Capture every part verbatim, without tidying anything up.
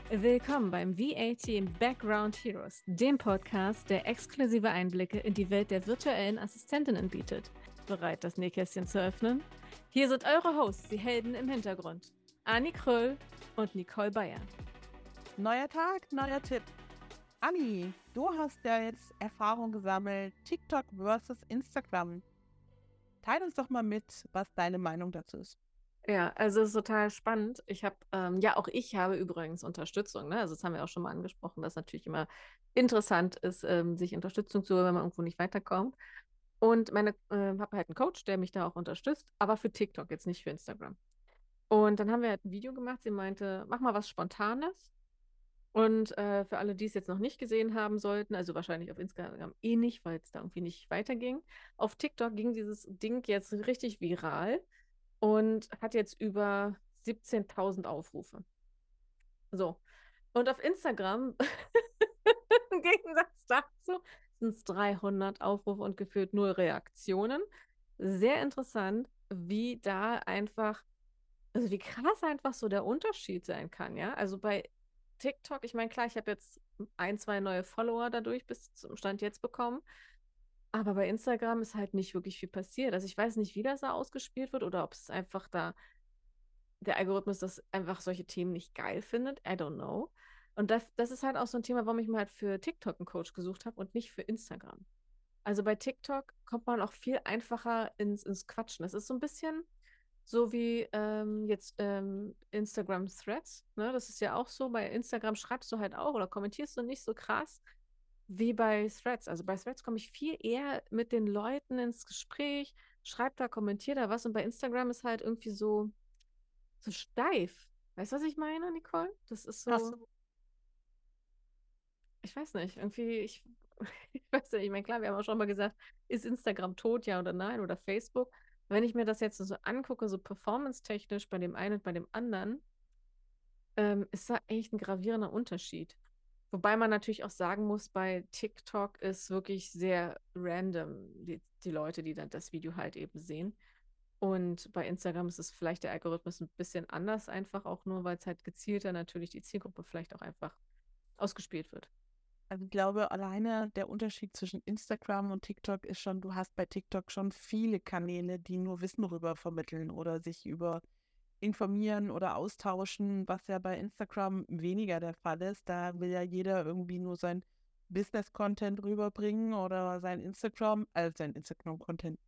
Willkommen beim V A T Background Heroes, dem Podcast, der exklusive Einblicke in die Welt der virtuellen Assistentinnen bietet. Bereit, das Nähkästchen zu öffnen? Hier sind eure Hosts, die Helden im Hintergrund, Anni Kröll und Nicole Bayer. Neuer Tag, neuer Tipp. Anni, du hast ja jetzt Erfahrung gesammelt, TikTok versus Instagram. Teil uns doch mal mit, was deine Meinung dazu ist. Ja, also es ist total spannend. Ich habe, ähm, ja, auch ich habe übrigens Unterstützung, ne? Also das haben wir auch schon mal angesprochen, dass natürlich immer interessant ist, ähm, sich Unterstützung zu holen, wenn man irgendwo nicht weiterkommt. Und meine, äh, habe halt einen Coach, der mich da auch unterstützt, aber für TikTok, jetzt nicht für Instagram. Und dann haben wir halt ein Video gemacht. Sie meinte, mach mal was Spontanes. Und äh, für alle, die es jetzt noch nicht gesehen haben sollten, also wahrscheinlich auf Instagram eh nicht, weil es da irgendwie nicht weiterging. Auf TikTok ging dieses Ding jetzt richtig viral und hat jetzt über siebzehntausend Aufrufe. So. Und auf Instagram, im Gegensatz dazu, sind es dreihundert Aufrufe und gefühlt null Reaktionen. Sehr interessant, wie da einfach, also wie krass einfach so der Unterschied sein kann, ja. Also bei TikTok, ich meine, klar, ich habe jetzt ein, zwei neue Follower dadurch bis zum Stand jetzt bekommen. Aber bei Instagram ist halt nicht wirklich viel passiert. Also ich weiß nicht, wie das da ausgespielt wird oder ob es einfach da der Algorithmus das einfach solche Themen nicht geil findet. I don't know. Und das, das ist halt auch so ein Thema, warum ich mir halt für TikTok einen Coach gesucht habe und nicht für Instagram. Also bei TikTok kommt man auch viel einfacher ins, ins Quatschen. Das ist so ein bisschen so wie ähm, jetzt ähm, Instagram Threads. Ne? Das ist ja auch so. Bei Instagram schreibst du halt auch oder kommentierst du nicht so krass wie bei Threads. Also bei Threads komme ich viel eher mit den Leuten ins Gespräch, schreib da, kommentier da was. Und bei Instagram ist halt irgendwie so, so steif. Weißt du, was ich meine, Nicole? Das ist Ach so, so. ich weiß nicht, irgendwie, ich, ich weiß nicht, ich meine, klar, wir haben auch schon mal gesagt, ist Instagram tot, ja oder nein, oder Facebook. Wenn ich mir das jetzt so angucke, so performance-technisch bei dem einen und bei dem anderen, ähm, ist da echt ein gravierender Unterschied. Wobei man natürlich auch sagen muss, bei TikTok ist wirklich sehr random, die, die Leute, die dann das Video halt eben sehen. Und bei Instagram ist es vielleicht der Algorithmus ein bisschen anders, einfach auch nur, weil es halt gezielter natürlich die Zielgruppe vielleicht auch einfach ausgespielt wird. Also ich glaube, alleine der Unterschied zwischen Instagram und TikTok ist schon, du hast bei TikTok schon viele Kanäle, die nur Wissen rüber vermitteln oder sich über informieren oder austauschen, was ja bei Instagram weniger der Fall ist. Da will ja jeder irgendwie nur sein Business-Content rüberbringen oder sein Instagram, also sein Instagram-Content,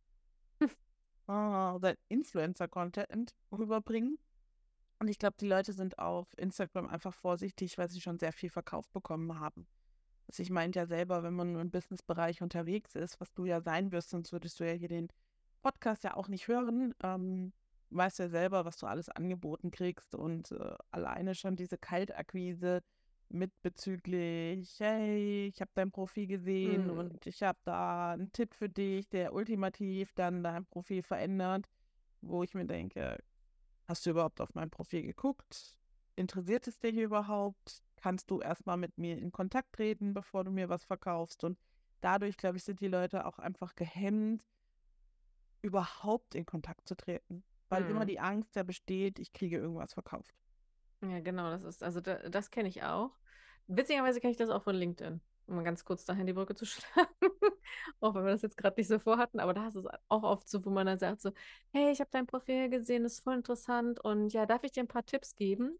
ah, sein Influencer-Content rüberbringen. Und ich glaube, die Leute sind auf Instagram einfach vorsichtig, weil sie schon sehr viel verkauft bekommen haben. Also ich meinte ja selber, wenn man nur im Business-Bereich unterwegs ist, was du ja sein wirst, sonst würdest du ja hier den Podcast ja auch nicht hören, ähm, weißt ja selber, was du alles angeboten kriegst und äh, alleine schon diese Kaltakquise mit bezüglich, hey, ich habe dein Profil gesehen Mm, und ich habe da einen Tipp für dich, der ultimativ dann dein Profil verändert, wo ich mir denke, hast du überhaupt auf mein Profil geguckt? Interessiert es dich überhaupt? Kannst du erstmal mit mir in Kontakt treten, bevor du mir was verkaufst? Und dadurch, glaube ich, sind die Leute auch einfach gehemmt, überhaupt in Kontakt zu treten. Weil immer mm. die Angst ja besteht, ich kriege irgendwas verkauft. Ja, genau, das ist, also da, das kenne ich auch. Witzigerweise kenne ich das auch von LinkedIn, um mal ganz kurz dahin die Brücke zu schlagen. Auch wenn wir das jetzt gerade nicht so vorhatten, aber da ist es auch oft so, wo man dann sagt so, hey, ich habe dein Profil gesehen, das ist voll interessant und ja, darf ich dir ein paar Tipps geben?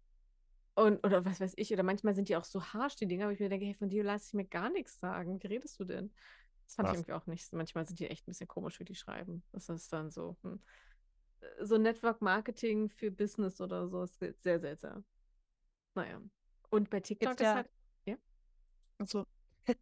Und, oder was weiß ich, oder manchmal sind die auch so harsch, die Dinger, wo ich mir denke, hey, von dir lasse ich mir gar nichts sagen. Wie redest du denn? Das fand ich Was? irgendwie auch nicht. Manchmal sind die echt ein bisschen komisch, wie die schreiben. Das ist dann so, hm. So Network Marketing für Business oder so, ist sehr seltsam. Naja. Und bei TikTok Gibt's ist ja, halt, ja. also ich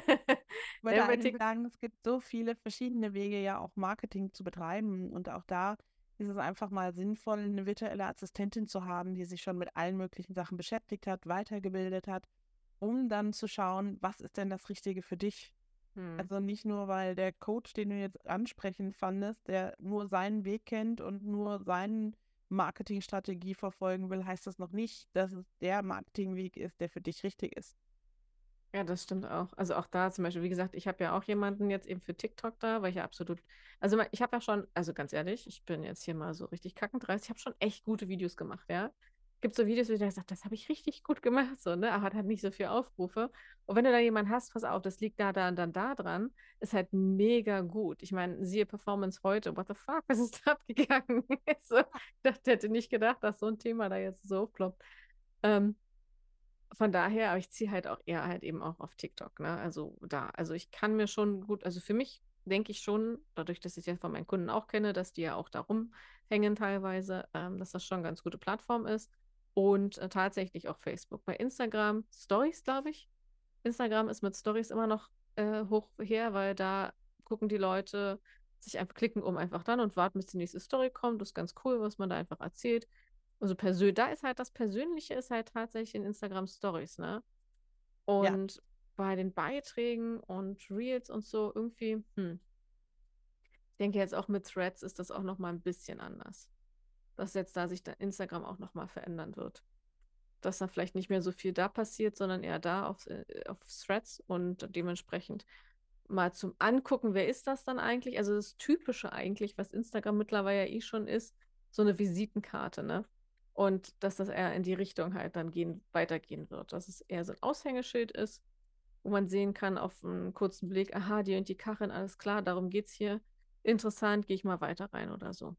wollte Ja, bei eigentlich TikTok, sagen, es gibt so viele verschiedene Wege, ja auch Marketing zu betreiben. Und auch da ist es einfach mal sinnvoll, eine virtuelle Assistentin zu haben, die sich schon mit allen möglichen Sachen beschäftigt hat, weitergebildet hat, um dann zu schauen, was ist denn das Richtige für dich? hm. Also nicht nur, weil der Coach, den du jetzt ansprechen fandest, der nur seinen Weg kennt und nur seine Marketingstrategie verfolgen will, heißt das noch nicht, dass es der Marketingweg ist, der für dich richtig ist. Ja, das stimmt auch. Also auch da zum Beispiel, wie gesagt, ich habe ja auch jemanden jetzt eben für TikTok da, weil ich ja absolut, also ma- ich habe ja schon, also ganz ehrlich, ich bin jetzt hier mal so richtig kackendreist, ich habe schon echt gute Videos gemacht, ja. gibt so Videos, wo ich sage, das habe ich richtig gut gemacht, so, ne? Aber hat halt nicht so viel Aufrufe. Und wenn du da jemanden hast, pass auf, das liegt da, da und dann da dran, ist halt mega gut. Ich meine, siehe Performance heute, what the fuck, was ist da abgegangen? So, ich dachte, hätte nicht gedacht, dass so ein Thema da jetzt so ploppt. Ähm, von daher, aber ich ziehe halt auch eher halt eben auch auf TikTok, ne? Also da, also ich kann mir schon gut, also für mich denke ich schon, dadurch, dass ich ja von meinen Kunden auch kenne, dass die ja auch da rumhängen teilweise, ähm, dass das schon eine ganz gute Plattform ist. Und äh, tatsächlich auch Facebook. Bei Instagram Stories, glaube ich. Instagram ist mit Stories immer noch äh, hoch her, weil da gucken die Leute sich einfach klicken um einfach dann und warten, bis die nächste Story kommt. Das ist ganz cool, was man da einfach erzählt. Also persönlich, da ist halt das Persönliche ist halt tatsächlich in Instagram Stories, ne? Ja, Und bei den Beiträgen und Reels und so irgendwie, hm, ich denke jetzt auch mit Threads ist das auch noch mal ein bisschen anders. Dass jetzt da sich da Instagram auch noch mal verändern wird. Dass da vielleicht nicht mehr so viel da passiert, sondern eher da auf, äh, auf Threads und dementsprechend mal zum Angucken, wer ist das dann eigentlich? Also das Typische eigentlich, was Instagram mittlerweile ja eh schon ist, so eine Visitenkarte, ne? Und dass das eher in die Richtung halt dann gehen, weitergehen wird. Dass es eher so ein Aushängeschild ist, wo man sehen kann auf einen kurzen Blick, aha, die und die Kacheln, alles klar, darum geht's hier. Interessant, gehe ich mal weiter rein oder so.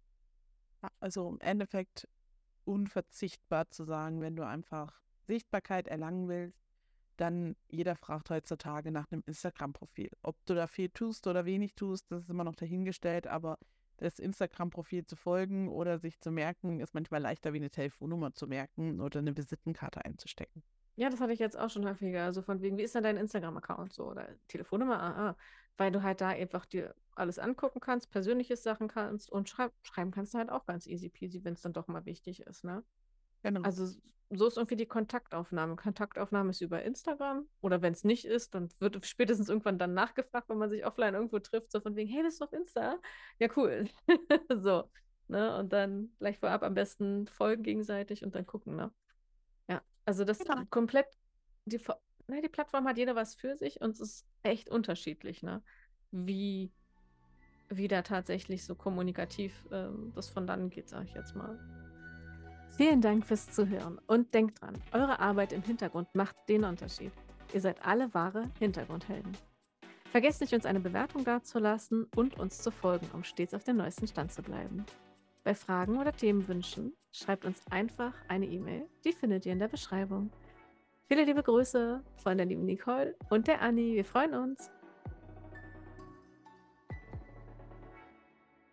ja, also im Endeffekt unverzichtbar zu sagen, wenn du einfach Sichtbarkeit erlangen willst, dann jeder fragt heutzutage nach einem Instagram-Profil. Ob du da viel tust oder wenig tust, das ist immer noch dahingestellt, aber das Instagram-Profil zu folgen oder sich zu merken, ist manchmal leichter wie eine Telefonnummer zu merken oder eine Visitenkarte einzustecken. Ja, das hatte ich jetzt auch schon häufiger. Also von wegen, wie ist denn dein Instagram-Account so? Oder Telefonnummer? Ah, ah. Weil du halt da einfach dir alles angucken kannst, persönliche Sachen kannst und schreib schreiben kannst du halt auch ganz easy peasy, wenn es dann doch mal wichtig ist, ne? Genau, Also so ist irgendwie die Kontaktaufnahme. Kontaktaufnahme ist über Instagram oder wenn es nicht ist, dann wird spätestens irgendwann dann nachgefragt, wenn man sich offline irgendwo trifft, so von wegen, hey, bist du auf Insta? Ja, cool. So, ne? Und dann gleich vorab am besten folgen gegenseitig und dann gucken, ne? Ja, also das genau. komplett, die, Ver- ne, die Plattform hat jeder was für sich und es ist echt unterschiedlich, ne? Wie, wie da tatsächlich so kommunikativ ähm, das von dann geht, sage ich jetzt mal. Vielen Dank fürs Zuhören und denkt dran, eure Arbeit im Hintergrund macht den Unterschied. Ihr seid alle wahre Hintergrundhelden. Vergesst nicht, uns eine Bewertung dazulassen und uns zu folgen, um stets auf dem neuesten Stand zu bleiben. Bei Fragen oder Themenwünschen schreibt uns einfach eine E-Mail. Die findet ihr in der Beschreibung. Viele liebe Grüße von der lieben Nicole und der Anni. Wir freuen uns.